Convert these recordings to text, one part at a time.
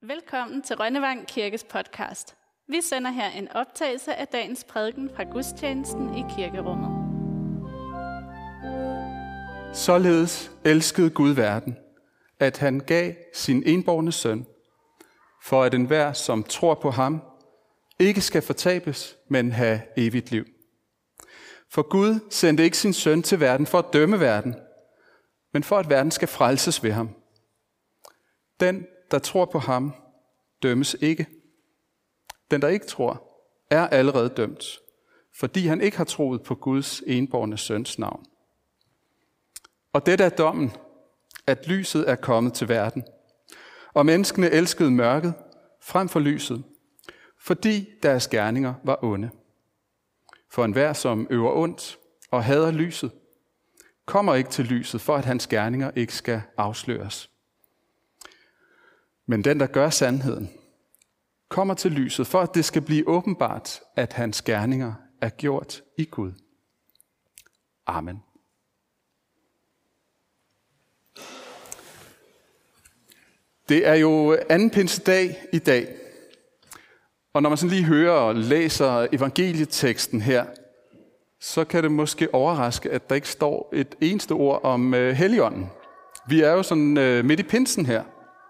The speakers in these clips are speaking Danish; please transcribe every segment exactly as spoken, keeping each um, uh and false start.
Velkommen til Rønnevang Kirkes podcast. Vi sender her en optagelse af dagens prædiken fra gudstjenesten i kirkerummet. Således elskede Gud verden, at han gav sin enbårne søn, for at enhver, som tror på ham, ikke skal fortabes, men have evigt liv. For Gud sendte ikke sin søn til verden for at dømme verden, men for at verden skal frelses ved ham. Den, der tror på ham, dømmes ikke. Den, der ikke tror, er allerede dømt, fordi han ikke har troet på Guds enbårne søns navn. Og dette er dommen, at lyset er kommet til verden, og menneskene elskede mørket frem for lyset, fordi deres gerninger var onde. For enhver, som øver ondt og hader lyset, kommer ikke til lyset, for at hans gerninger ikke skal afsløres. Men den, der gør sandheden, kommer til lyset, for at det skal blive åbenbart, at hans gerninger er gjort i Gud. Amen. Det er jo anden pinsedag i dag, og når man sådan lige hører og læser evangelieteksten her, så kan det måske overraske, at der ikke står et eneste ord om uh, Helligånden. Vi er jo sådan uh, midt i pinsen her.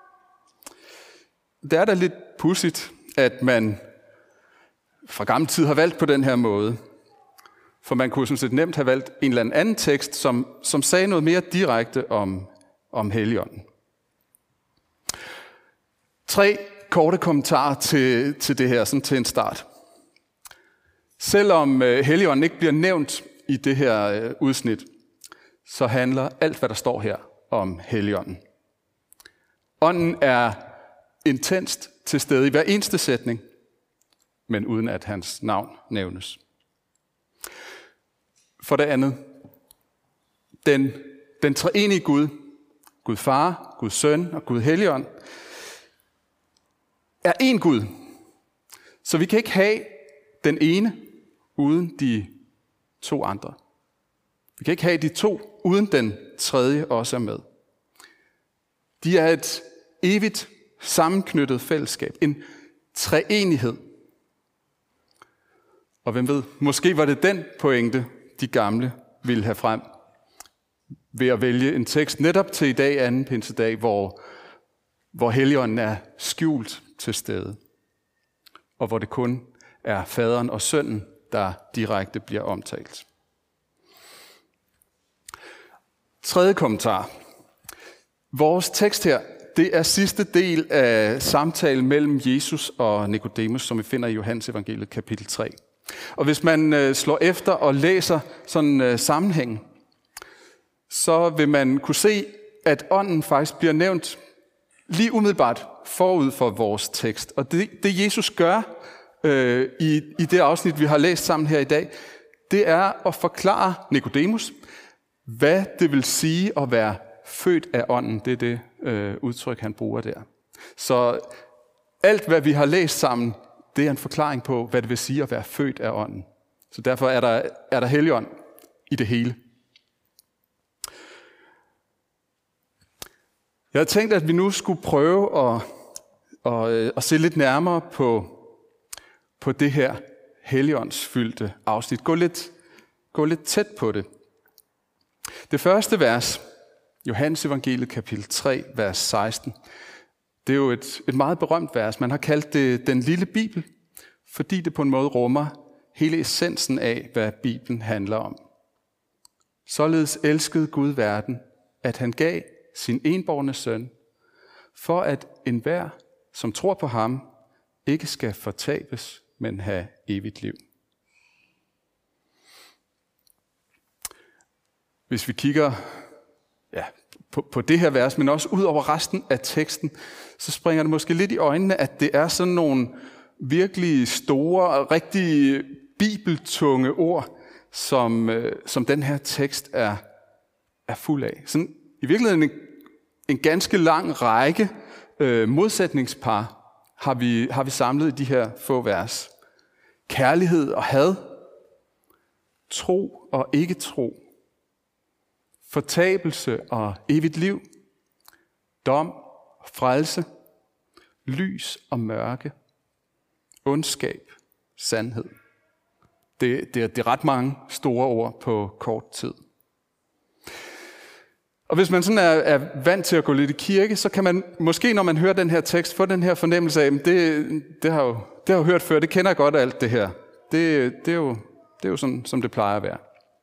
Det er da lidt pudsigt, at man fra gammel tid har valgt på den her måde. For man kunne sådan set nemt have valgt en eller anden tekst, som, som sagde noget mere direkte om, om Helligånden. Tre korte kommentarer til, til det her, sådan til en start. Selvom uh, Helligånden ikke bliver nævnt i det her uh, udsnit, så handler alt, hvad der står her, om Helligånden. Ånden er intenst til stede i hver eneste sætning, men uden at hans navn nævnes. For det andet, den, den treenige Gud, Gud Far, Gud Søn og Gud Helligånd, er én Gud. Så vi kan ikke have den ene uden de to andre. Vi kan ikke have de to uden den tredje også er med. De er et evigt sammenknyttet fællesskab, en treenighed. Og hvem ved, måske var det den pointe, de gamle ville have frem ved at vælge en tekst netop til i dag, anden pinsedag, hvor, hvor Helligånden er skjult til stede, og hvor det kun er faderen og sønnen, der direkte bliver omtalt. Tredje kommentar. Vores tekst her, det er sidste del af samtalen mellem Jesus og Nikodemus, som vi finder i Johannes evangeliet kapitel tre. Og hvis man slår efter og læser sådan en sammenhæng, så vil man kunne se, at ånden faktisk bliver nævnt lige umiddelbart forud for vores tekst. Og det, det Jesus gør øh, i, i det afsnit, vi har læst sammen her i dag, det er at forklare Nikodemus, hvad det vil sige at være født af ånden. Det er det øh, udtryk, han bruger der. Så alt, hvad vi har læst sammen, det er en forklaring på, hvad det vil sige at være født af ånden. Så derfor er der, er der Helligånd i det hele. Jeg havde tænkt, at vi nu skulle prøve at, at, at se lidt nærmere på, på det her helligåndsfyldte afsnit. Gå lidt, gå lidt tæt på det. Det første vers, Johannes evangeliet kapitel tre, vers seksten, det er jo et, et meget berømt vers. Man har kaldt det den lille Bibel, fordi det på en måde rummer hele essensen af, hvad Bibelen handler om. Således elskede Gud verden, at han gav sin enbårne søn, for at enhver, som tror på ham, ikke skal fortabes, men have evigt liv. Hvis vi kigger ja, på, på det her vers, men også ud over resten af teksten, så springer det måske lidt i øjnene, at det er sådan nogle virkelig store og rigtig bibeltunge ord, som, som den her tekst er, er fuld af. Sådan, i virkeligheden en, en ganske lang række øh, modsætningspar har vi, har vi samlet i de her få vers. Kærlighed og had, tro og ikke tro, fortabelse og evigt liv, dom og frelse, lys og mørke, ondskab, sandhed. Det, det, det er ret mange store ord på kort tid. Og hvis man sådan er, er vant til at gå lidt i kirke, så kan man måske, når man hører den her tekst, få den her fornemmelse af, at det, det, har, jo, det har jeg hørt før, det kender jeg godt alt det her. Det, det, er jo, det er jo sådan, som det plejer at være.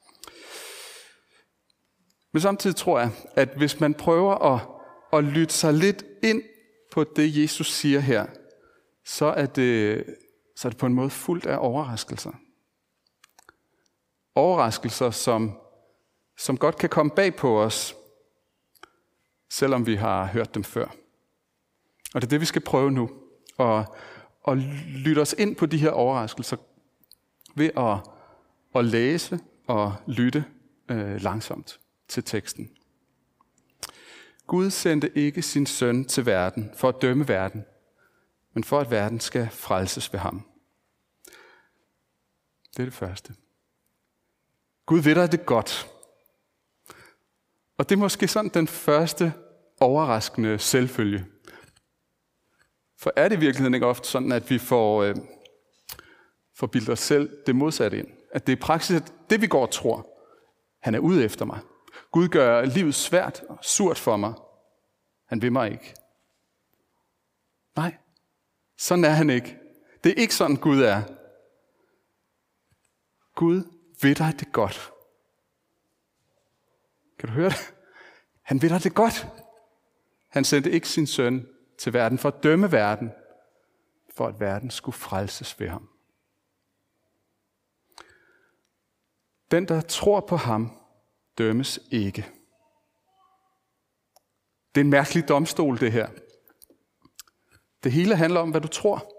Men samtidig tror jeg, at hvis man prøver at, at lytte sig lidt ind på det, Jesus siger her, så er det, så er det på en måde fuldt af overraskelser. Overraskelser, som, som godt kan komme bag på os, selvom vi har hørt dem før. Og det er det, vi skal prøve nu. At, at lytte os ind på de her overraskelser ved at, at læse og lytte øh, langsomt til teksten. Gud sendte ikke sin søn til verden for at dømme verden, men for at verden skal frelses ved ham. Det er det første. Gud ved dig det godt. Og det er måske sådan den første overraskende selvfølge. For er det i virkeligheden ikke ofte sådan, at vi får, øh, får bildet os selv det modsatte ind? At det er praksis, at det vi går og tror, han er ude efter mig. Gud gør livet svært og surt for mig. Han vil mig ikke. Nej, sådan er han ikke. Det er ikke sådan Gud er. Gud ved dig det godt. Kan du høre det? Han ved dig det godt. Han sendte ikke sin søn til verden for at dømme verden, for at verden skulle frelses ved ham. Den, der tror på ham, dømmes ikke. Det er en mærkelig domstol, det her. Det hele handler om, hvad du tror.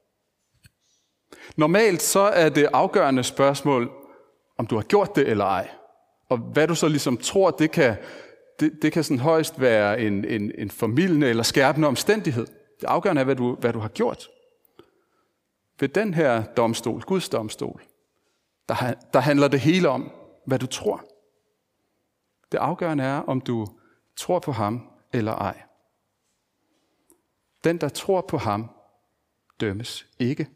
Normalt så er det afgørende spørgsmål, om du har gjort det eller ej. Og hvad du så ligesom tror, det kan, det, det kan sådan højst være en, en, en formildende eller skærpende omstændighed. Det afgørende er, hvad du, hvad du har gjort. Ved den her domstol, Guds domstol, der, der handler det hele om, hvad du tror. Det afgørende er, om du tror på ham eller ej. Den, der tror på ham, dømmes ikke.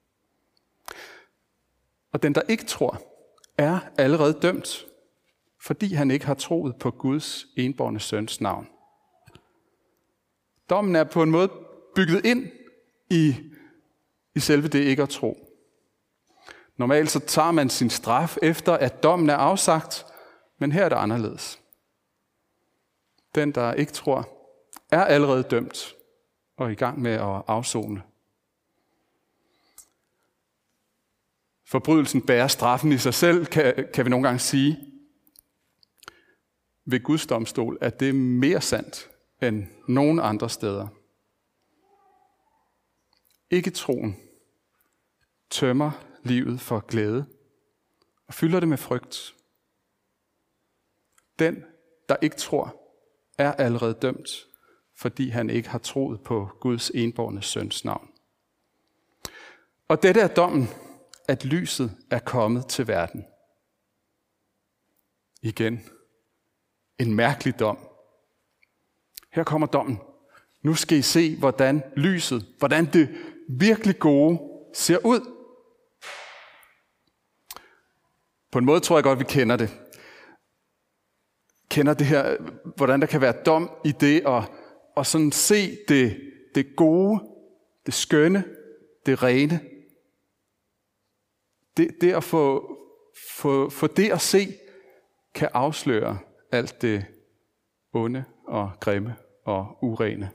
Og den, der ikke tror, er allerede dømt, fordi han ikke har troet på Guds enbårne søns navn. Dommen er på en måde bygget ind i, i selve det ikke at tro. Normalt så tager man sin straf efter, at dommen er afsagt, men her er det anderledes. Den, der ikke tror, er allerede dømt og i gang med at afsone. Forbrydelsen bærer straffen i sig selv, kan, kan vi nogle gange sige. Ved Guds domstol er det mere sandt end nogen andre steder. Ikke troen tømmer livet for glæde og fylder det med frygt. Den, der ikke tror, er allerede dømt, fordi han ikke har troet på Guds enbårne søns navn. Og dette er dommen, at lyset er kommet til verden. Igen, en mærkelig dom. Her kommer dommen. Nu skal I se, hvordan lyset, hvordan det virkelig gode ser ud. På en måde tror jeg godt, vi kender det. Kender det her, hvordan der kan være dom i det, og, og sådan se det, det gode, det skønne, det rene. Det, det at få, få, få det at se, kan afsløre alt det onde og grimme og urene.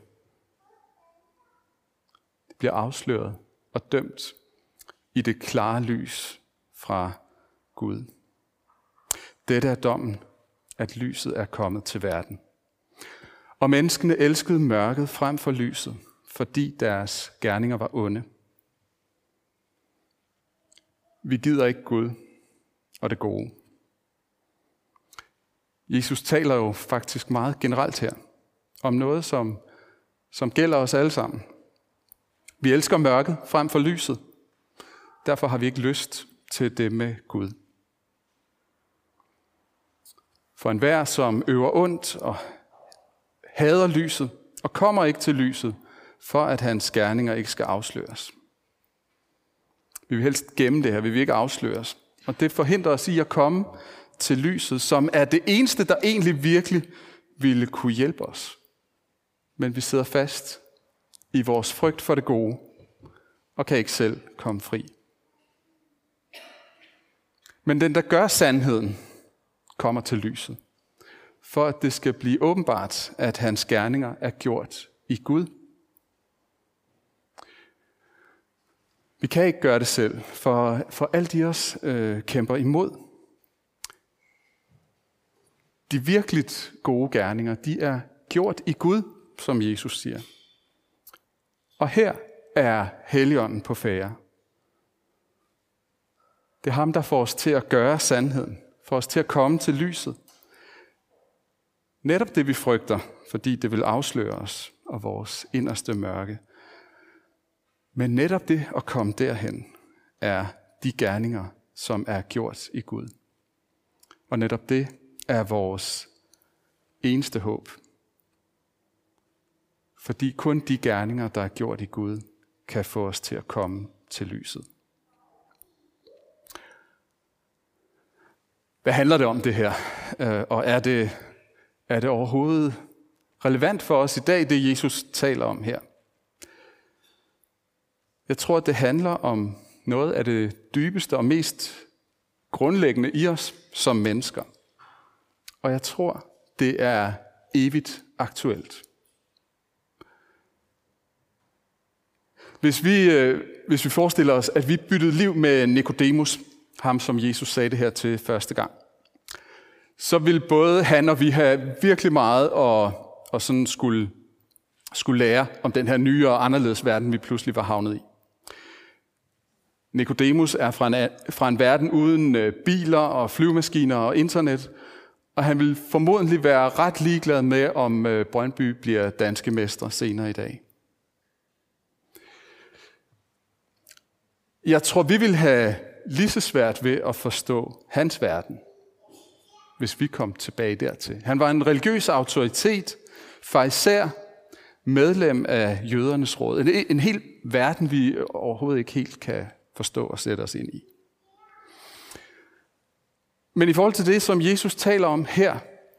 Det bliver afsløret og dømt i det klare lys fra Gud. Dette er dommen, at lyset er kommet til verden. Og menneskene elskede mørket frem for lyset, fordi deres gerninger var onde. Vi gider ikke Gud og det gode. Jesus taler jo faktisk meget generelt her, om noget, som, som gælder os alle sammen. Vi elsker mørket frem for lyset. Derfor har vi ikke lyst til det med Gud. For enhver, som øver ondt og hader lyset og kommer ikke til lyset, for at hans gerninger ikke skal afsløres. Vi vil helst gemme det her, vi vil ikke afsløres. Og det forhindrer os i at komme til lyset, som er det eneste, der egentlig virkelig ville kunne hjælpe os. Men vi sidder fast i vores frygt for det gode, og kan ikke selv komme fri. Men den, der gør sandheden, kommer til lyset, for at det skal blive åbenbart, at hans gerninger er gjort i Gud. Vi kan ikke gøre det selv, for, for alt i os øh, kæmper imod. De virkeligt gode gerninger, de er gjort i Gud, som Jesus siger. Og her er Helligånden på færde. Det er ham, der får os til at gøre sandheden, får os til at komme til lyset. Netop det, vi frygter, fordi det vil afsløre os og vores inderste mørke. Men netop det at komme derhen, er de gerninger, som er gjort i Gud. Og netop det er vores eneste håb. Fordi kun de gerninger, der er gjort i Gud, kan få os til at komme til lyset. Hvad handler det om det her? Og er det, er det overhovedet relevant for os i dag, det Jesus taler om her? Jeg tror, at det handler om noget af det dybeste og mest grundlæggende i os som mennesker. Og jeg tror, det er evigt aktuelt. Hvis vi, hvis vi forestiller os, at vi byttede liv med Nikodemus, ham som Jesus sagde det her til første gang, så vil både han og vi have virkelig meget at, at sådan skulle, skulle lære om den her nye og anderledes verden, vi pludselig var havnet i. Nikodemus er fra en, fra en verden uden biler og flyvemaskiner og internet, og han vil formodentlig være ret ligeglad med, om Brøndby bliver danske mestre senere i dag. Jeg tror, vi vil have lige så svært ved at forstå hans verden, hvis vi kom tilbage dertil. Han var en religiøs autoritet, farisæer, medlem af jødernes råd. En, en hel verden, vi overhovedet ikke helt kan forstå og sætte os ind i. Men i forhold til det, som Jesus taler om her,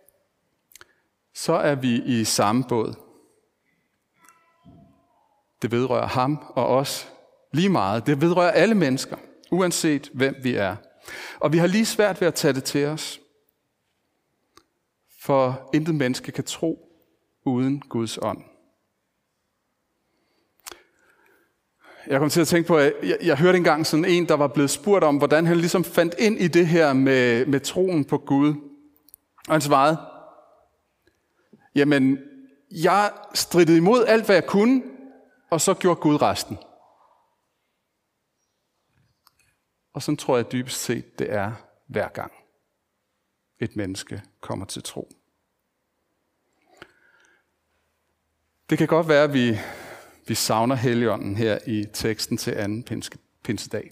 så er vi i samme båd. Det vedrører ham og os lige meget. Det vedrører alle mennesker, uanset hvem vi er. Og vi har lige svært ved at tage det til os. For intet menneske kan tro uden Guds ånd. Jeg kom til at tænke på, at jeg, jeg hørte engang sådan en, der var blevet spurgt om, hvordan han ligesom fandt ind i det her med, med troen på Gud. Og han svarede, jamen, jeg strittede imod alt, hvad jeg kunne, og så gjorde Gud resten. Og sådan tror jeg dybest set, det er hver gang et menneske kommer til tro. Det kan godt være, at vi, vi savner Helligånden her i teksten til anden pinsedag.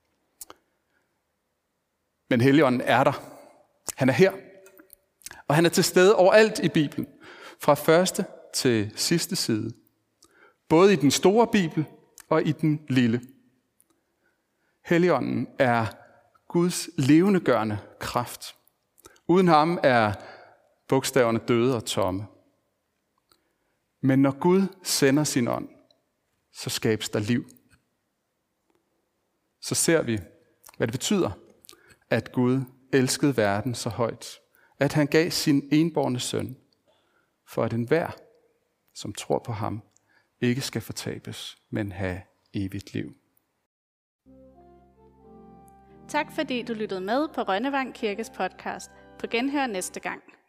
Men Helligånden er der. Han er her. Og han er til stede overalt i Bibelen. Fra første til sidste side. Både i den store Bibel og i den lille. Helligånden er Guds levendegørende kraft. Uden ham er bogstaverne døde og tomme. Men når Gud sender sin ånd, så skabes der liv. Så ser vi, hvad det betyder, at Gud elskede verden så højt, at han gav sin enbårne søn, for at enhver, som tror på ham, ikke skal fortabes, men have evigt liv. Tak fordi du lyttede med på Rønnevang Kirkes podcast. På genhør næste gang.